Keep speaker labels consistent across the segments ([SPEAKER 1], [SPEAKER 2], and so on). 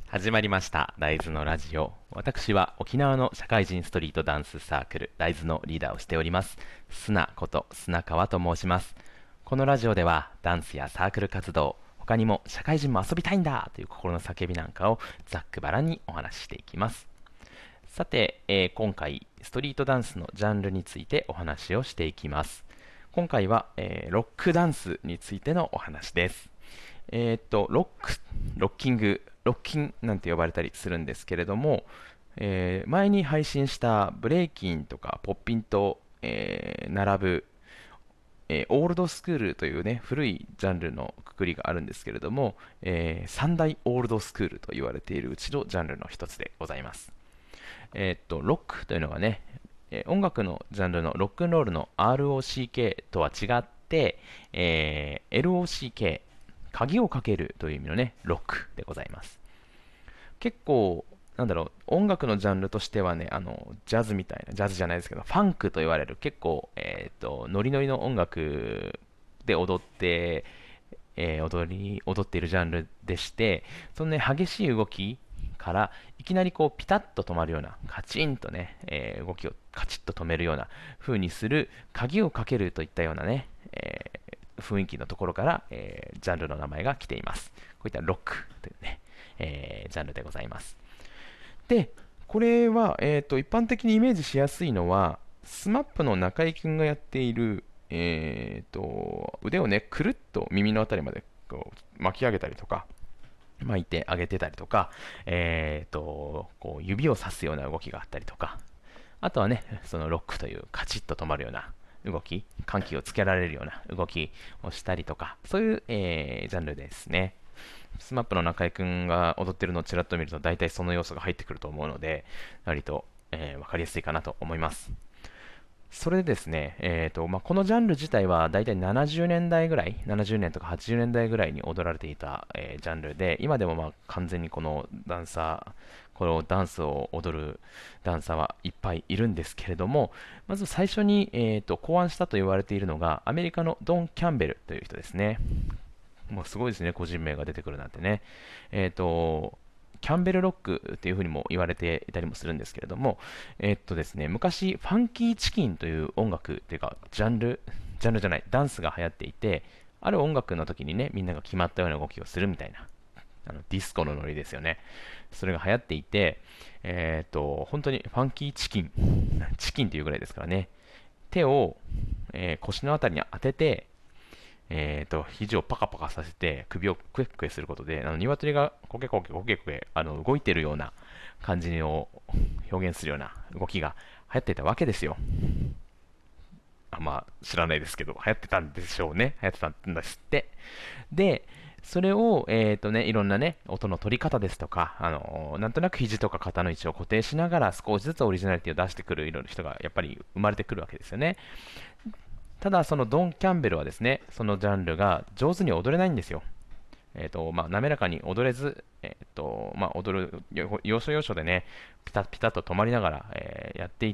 [SPEAKER 1] 始まりました大豆のラジオ。私は沖縄の社会人ストリートダンスサークル大豆のリーダーをしております砂こと砂川と申します。このラジオではダンスやサークル活動、他にも社会人も遊びたいんだという心の叫びなんかをざっくばらんにお話ししていきます。さて、今回ストリートダンスのジャンルについてお話をしていきます。今回は、ロックダンスについてのお話です。ロッキング、ロッキンなんて呼ばれたりするんですけれども、前に配信したブレイキンとかポッピンと、並ぶ、オールドスクールというね、古いジャンルのくくりがあるんですけれども、三大オールドスクールと言われているうちのジャンルの一つでございます。ロックというのがね、音楽のジャンルのロックンロールの ROCK とは違って、LOCK、鍵をかけるという意味のね、ロックでございます。結構、音楽のジャンルとしてはね、ジャズみたいな、ジャズじゃないですけど、ファンクと言われる、結構、ノリノリの音楽で踊っているジャンルでして、そのね、激しい動きからいきなりこうピタッと止まるような、カチンとね、動きをカチッと止めるような風にする、鍵をかけるといったようなね、雰囲気のところから、ジャンルの名前が来ています。こういったロックというね、ジャンルでございます。で、これは、一般的にイメージしやすいのは、スマップの中居君がやっている、腕をね、くるっと耳のあたりまでこう巻き上げたりとか、巻いてあげてたりとか、こう指をさすような動きがあったりとか、あとはね、そのロックというカチッと止まるような動き、緩急をつけられるような動きをしたりとか、そういう、ジャンルですね。スマップの中居君が踊ってるのをちらっと見ると大体その要素が入ってくると思うので、割と、分かりやすいかなと思います。それでですね、このジャンル自体は大体70年代ぐらい、70年とか80年代ぐらいに踊られていた、ジャンルで、今でも完全にこのダンスを踊るダンサーはいっぱいいるんですけれども、まず最初に、考案したと言われているのが、アメリカのドン・キャンベルという人ですね。もうすごいですね、個人名が出てくるなんてね。キャンベルロックっていうふうにも言われていたりもするんですけれども、ですね、昔、ファンキーチキンという音楽っていうか、ジャンルじゃない、ダンスが流行っていて、ある音楽の時にね、みんなが決まったような動きをするみたいな、ディスコのノリですよね。それが流行っていて、本当にファンキーチキン、チキンというぐらいですからね、手を、腰のあたりに当てて、肘をパカパカさせて首をクエクエすることで、鶏がコケコケコケコケ動いているような感じを表現するような動きが流行っていたわけですよ。知らないですけど、流行ってたんでしょうね。流行ってたんですって。で、それを、いろんなね、音の取り方ですとか、なんとなく肘とか肩の位置を固定しながら少しずつオリジナリティを出してくるいろいろ人がやっぱり生まれてくるわけですよね。ただ、そのドン・キャンベルはですね、そのジャンルが上手に踊れないんですよ。滑らかに踊れず、踊る要所要所でね、ピタピタと止まりながら、やっていって、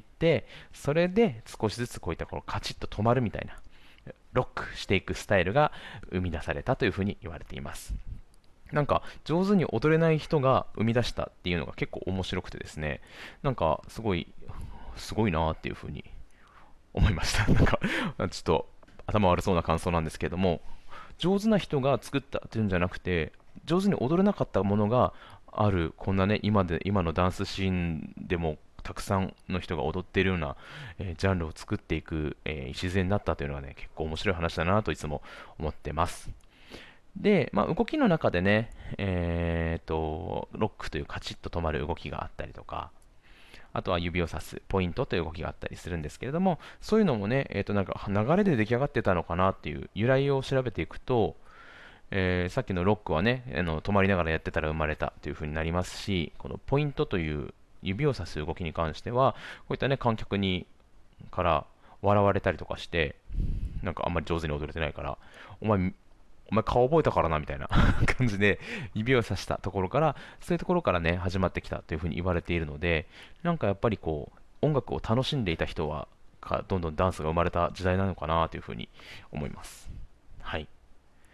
[SPEAKER 1] それで少しずつこういったこのカチッと止まるみたいな、ロックしていくスタイルが生み出されたというふうに言われています。なんか上手に踊れない人が生み出したっていうのが結構面白くてですね、なんかすごいなっていうふうに思いました。なんか、ちょっと頭悪そうな感想なんですけれども、上手な人が作ったっていうんじゃなくて、上手に踊れなかったものがある、こんなね、今のダンスシーンでもたくさんの人が踊っているような、ジャンルを作っていく、礎になったというのはね、結構面白い話だなといつも思ってます。で、動きの中でね、ロックというカチッと止まる動きがあったりとか、あとは指をさすポイントという動きがあったりするんですけれども、そういうのもね、なんか流れで出来上がってたのかなっていう由来を調べていくと、さっきのロックはね、止まりながらやってたら生まれたというふうになりますし、このポイントという指をさす動きに関しては、こういったね、観客から笑われたりとかして、なんかあんまり上手に踊れてないから、お前お前顔覚えたからなみたいな感じで指をさしたところから、そういうところからね、始まってきたというふうに言われているので、なんかやっぱりこう、音楽を楽しんでいた人は、どんどんダンスが生まれた時代なのかなというふうに思います。はい。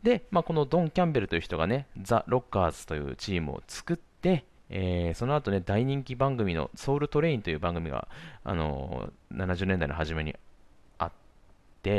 [SPEAKER 1] で、このドン・キャンベルという人がね、ザ・ロッカーズというチームを作って、その後ね、大人気番組のソウルトレインという番組が、70年代の初めにあって、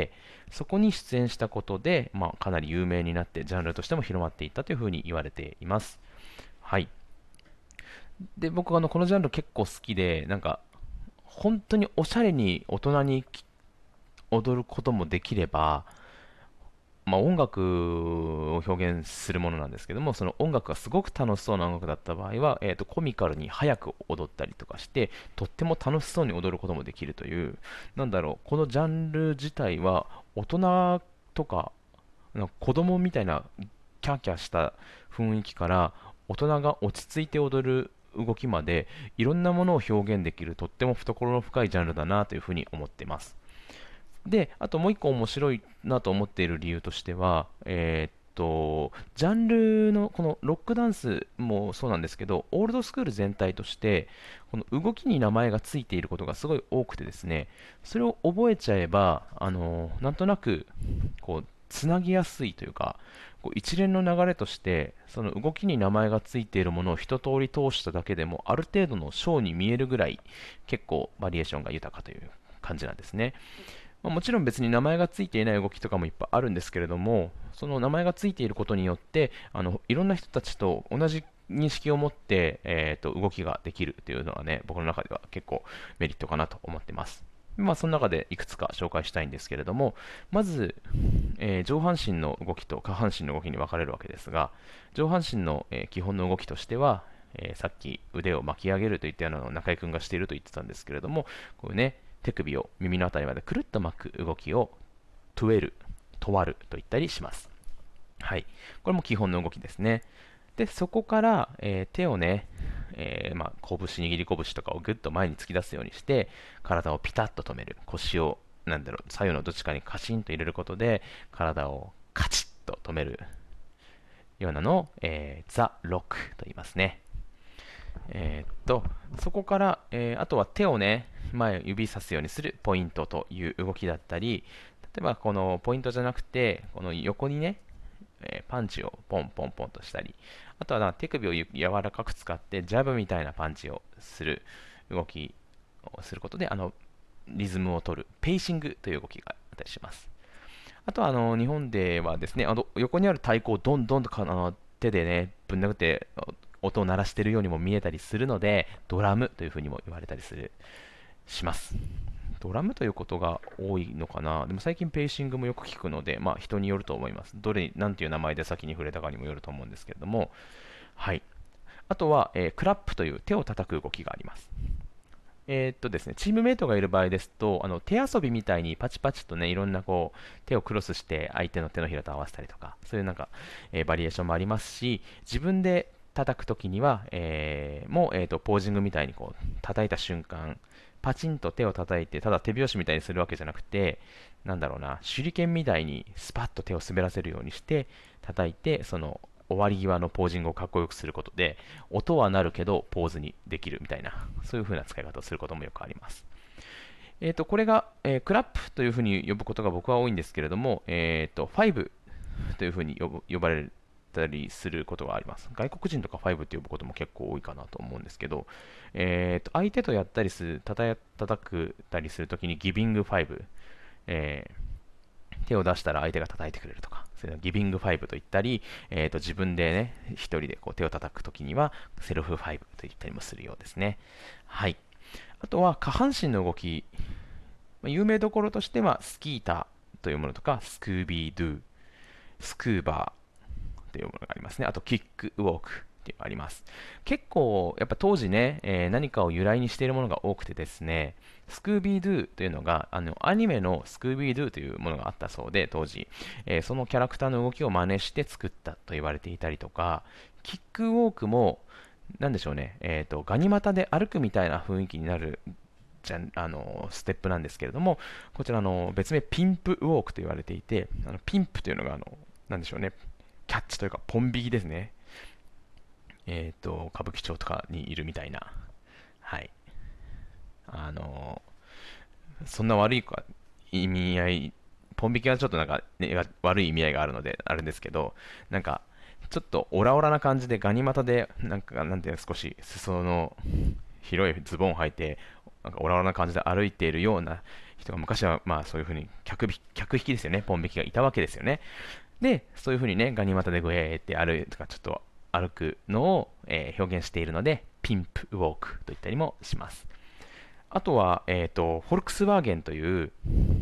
[SPEAKER 1] そこに出演したことで、かなり有名になって、ジャンルとしても広まっていったというふうに言われています。はい。で、僕はこのジャンル結構好きで、本当におしゃれに大人に踊ることもできれば、音楽を表現するものなんですけども、その音楽がすごく楽しそうな音楽だった場合は、コミカルに早く踊ったりとかして、とっても楽しそうに踊ることもできるという、このジャンル自体は、大人とか、子供みたいなキャーキャーした雰囲気から、大人が落ち着いて踊る動きまで、いろんなものを表現できる、とっても懐の深いジャンルだなというふうに思っています。で、あともう一個面白いなと思っている理由としては、ジャンルのこのロックダンスもそうなんですけど、オールドスクール全体として、この動きに名前がついていることがすごい多くてですね、それを覚えちゃえば、なんとなく、つなぎやすいというか、一連の流れとして、その動きに名前がついているものを一通り通しただけでも、ある程度のショーに見えるぐらい、結構バリエーションが豊かという感じなんですね。もちろん別に名前がついていない動きとかもいっぱいあるんですけれども、その名前がついていることによって、いろんな人たちと同じ認識を持って、動きができるというのはね、僕の中では結構メリットかなと思ってます。その中でいくつか紹介したいんですけれども、まず、上半身の動きと下半身の動きに分かれるわけですが、上半身の、基本の動きとしては、さっき腕を巻き上げるといったようなのを中居君がしていると言ってたんですけれども、こういうね、手首を耳のあたりまでくるっと巻く動きをトゥエル、トワルと言ったりします。はい。これも基本の動きですね。で、そこから、手をね、拳、握り拳とかをぐっと前に突き出すようにして、体をピタッと止める。腰を、左右のどっちかにカチンと入れることで、体をカチッと止めるようなのを、ザ・ロックと言いますね。そこから、あとは手をね、前を指さすようにするポイントという動きだったり、例えばこのポイントじゃなくて、この横にね、パンチをポンポンポンとしたり、あとは手首を柔らかく使ってジャブみたいなパンチをする動きをすることで、リズムを取る、ペーシングという動きがあったりします。あとは日本ではですね、横にある太鼓をどんどんと手でね、ぶん殴って音を鳴らしているようにも見えたりするので、ドラムというふうにも言われたりします。ドラムということが多いのかな。でも最近ペーシングもよく聞くので、人によると思います。なんていう名前で先に触れたかにもよると思うんですけれども、はい。あとは、クラップという手を叩く動きがあります。ですね、チームメイトがいる場合ですと、手遊びみたいにパチパチとね、いろんな手をクロスして相手の手のひらと合わせたりとか、そういうバリエーションもありますし、自分で叩くときには、ポージングみたいに叩いた瞬間、パチンと手を叩いて、ただ手拍子みたいにするわけじゃなくて、手裏剣みたいにスパッと手を滑らせるようにして叩いて、その終わり際のポージングをかっこよくすることで、音は鳴るけどポーズにできるみたいな、そういう風な使い方をすることもよくあります。これが、クラップというふうに呼ぶことが僕は多いんですけれども、5というふうに呼ばれたりすることがあります。外国人とか5って呼ぶことも結構多いかなと思うんですけど、相手とやったりする、叩くたりするときにギビング5、手を出したら相手が叩いてくれるとか、それギビング5と言ったり、自分でね、一人で手を叩くときには、セルフ5と言ったりもするようですね。はい。あとは、下半身の動き、有名どころとしては、スキーターというものとか、スクービードゥ、スクーバーというものがありますね。あと、キックウォークっていうのがあります。結構、やっぱ当時ね、何かを由来にしているものが多くてですね、スクービードゥというのが、アニメのスクービードゥというものがあったそうで、当時、そのキャラクターの動きを真似して作ったと言われていたりとか、キックウォークも、なんでしょうね、ガニ股で歩くみたいな雰囲気になるステップなんですけれども、こちら別名ピンプウォークと言われていて、ピンプというのがなんでしょうね、キャッチというかポン引きですね。歌舞伎町とかにいるみたいな、はい。そんな悪い意味合いポン引きはちょっとなんか、ね、悪い意味合いがあるので、あるんですけど、なんか、ちょっとオラオラな感じでガニ股で、なんか、なんていうの、少し裾の広いズボンを履いて、なんかオラオラな感じで歩いているような人が昔はまあそういうふうに客引きですよね、ポン引きがいたわけですよね。で、そういうふうにね、ガニ股でグエーって歩いとかちょっと歩くのを、表現しているので、ピンプウォークと言ったりもします。あとは、フォルクスワーゲンという、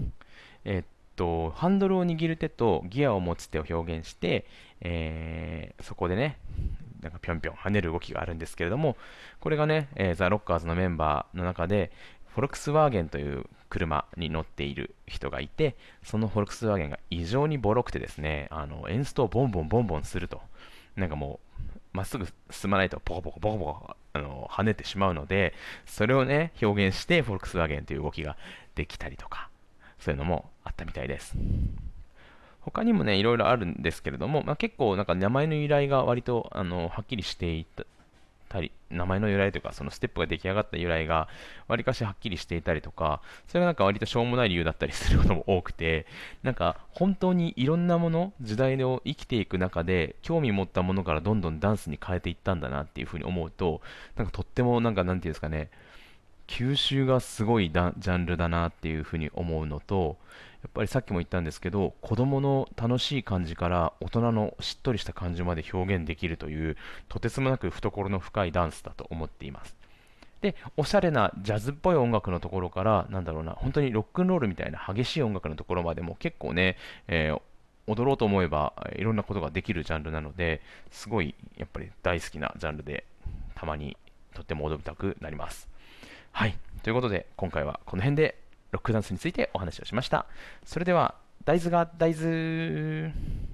[SPEAKER 1] ハンドルを握る手とギアを持つ手を表現して、そこでね、なんかぴょんぴょん跳ねる動きがあるんですけれども、これがね、ザ・ロッカーズのメンバーの中で、フォルクスワーゲンという車に乗っている人がいて、そのフォルクスワーゲンが異常にボロくてですね、エンストをボンボンボンボンすると、なんかもう、まっすぐ進まないとポコポコポコポコ跳ねてしまうので、それをね、表現してフォルクスワーゲンという動きができたりとか、そういうのもあったみたいです。他にもね、いろいろあるんですけれども、まあ、結構なんか名前の由来が割とはっきりしていたり、名前の由来というか、そのステップが出来上がった由来がわりかしはっきりしていたりとか、それがなんか割としょうもない理由だったりすることも多くて、なんか本当にいろんなもの、時代を生きていく中で、興味持ったものからどんどんダンスに変えていったんだなっていうふうに思うと、なんかとってもなんかなんていうんですかね、吸収がすごいジャンルだなっていうふうに思うのと、やっぱりさっきも言ったんですけど、子供の楽しい感じから大人のしっとりした感じまで表現できるという、とてつもなく懐の深いダンスだと思っています。で、おしゃれなジャズっぽい音楽のところから、なんだろうな、本当にロックンロールみたいな激しい音楽のところまでも結構ね、踊ろうと思えばいろんなことができるジャンルなので、すごいやっぱり大好きなジャンルで、たまにとっても踊りたくなります。はい。ということで、今回はこの辺でロックダンスについてお話をしました。それでは、大豆が大豆。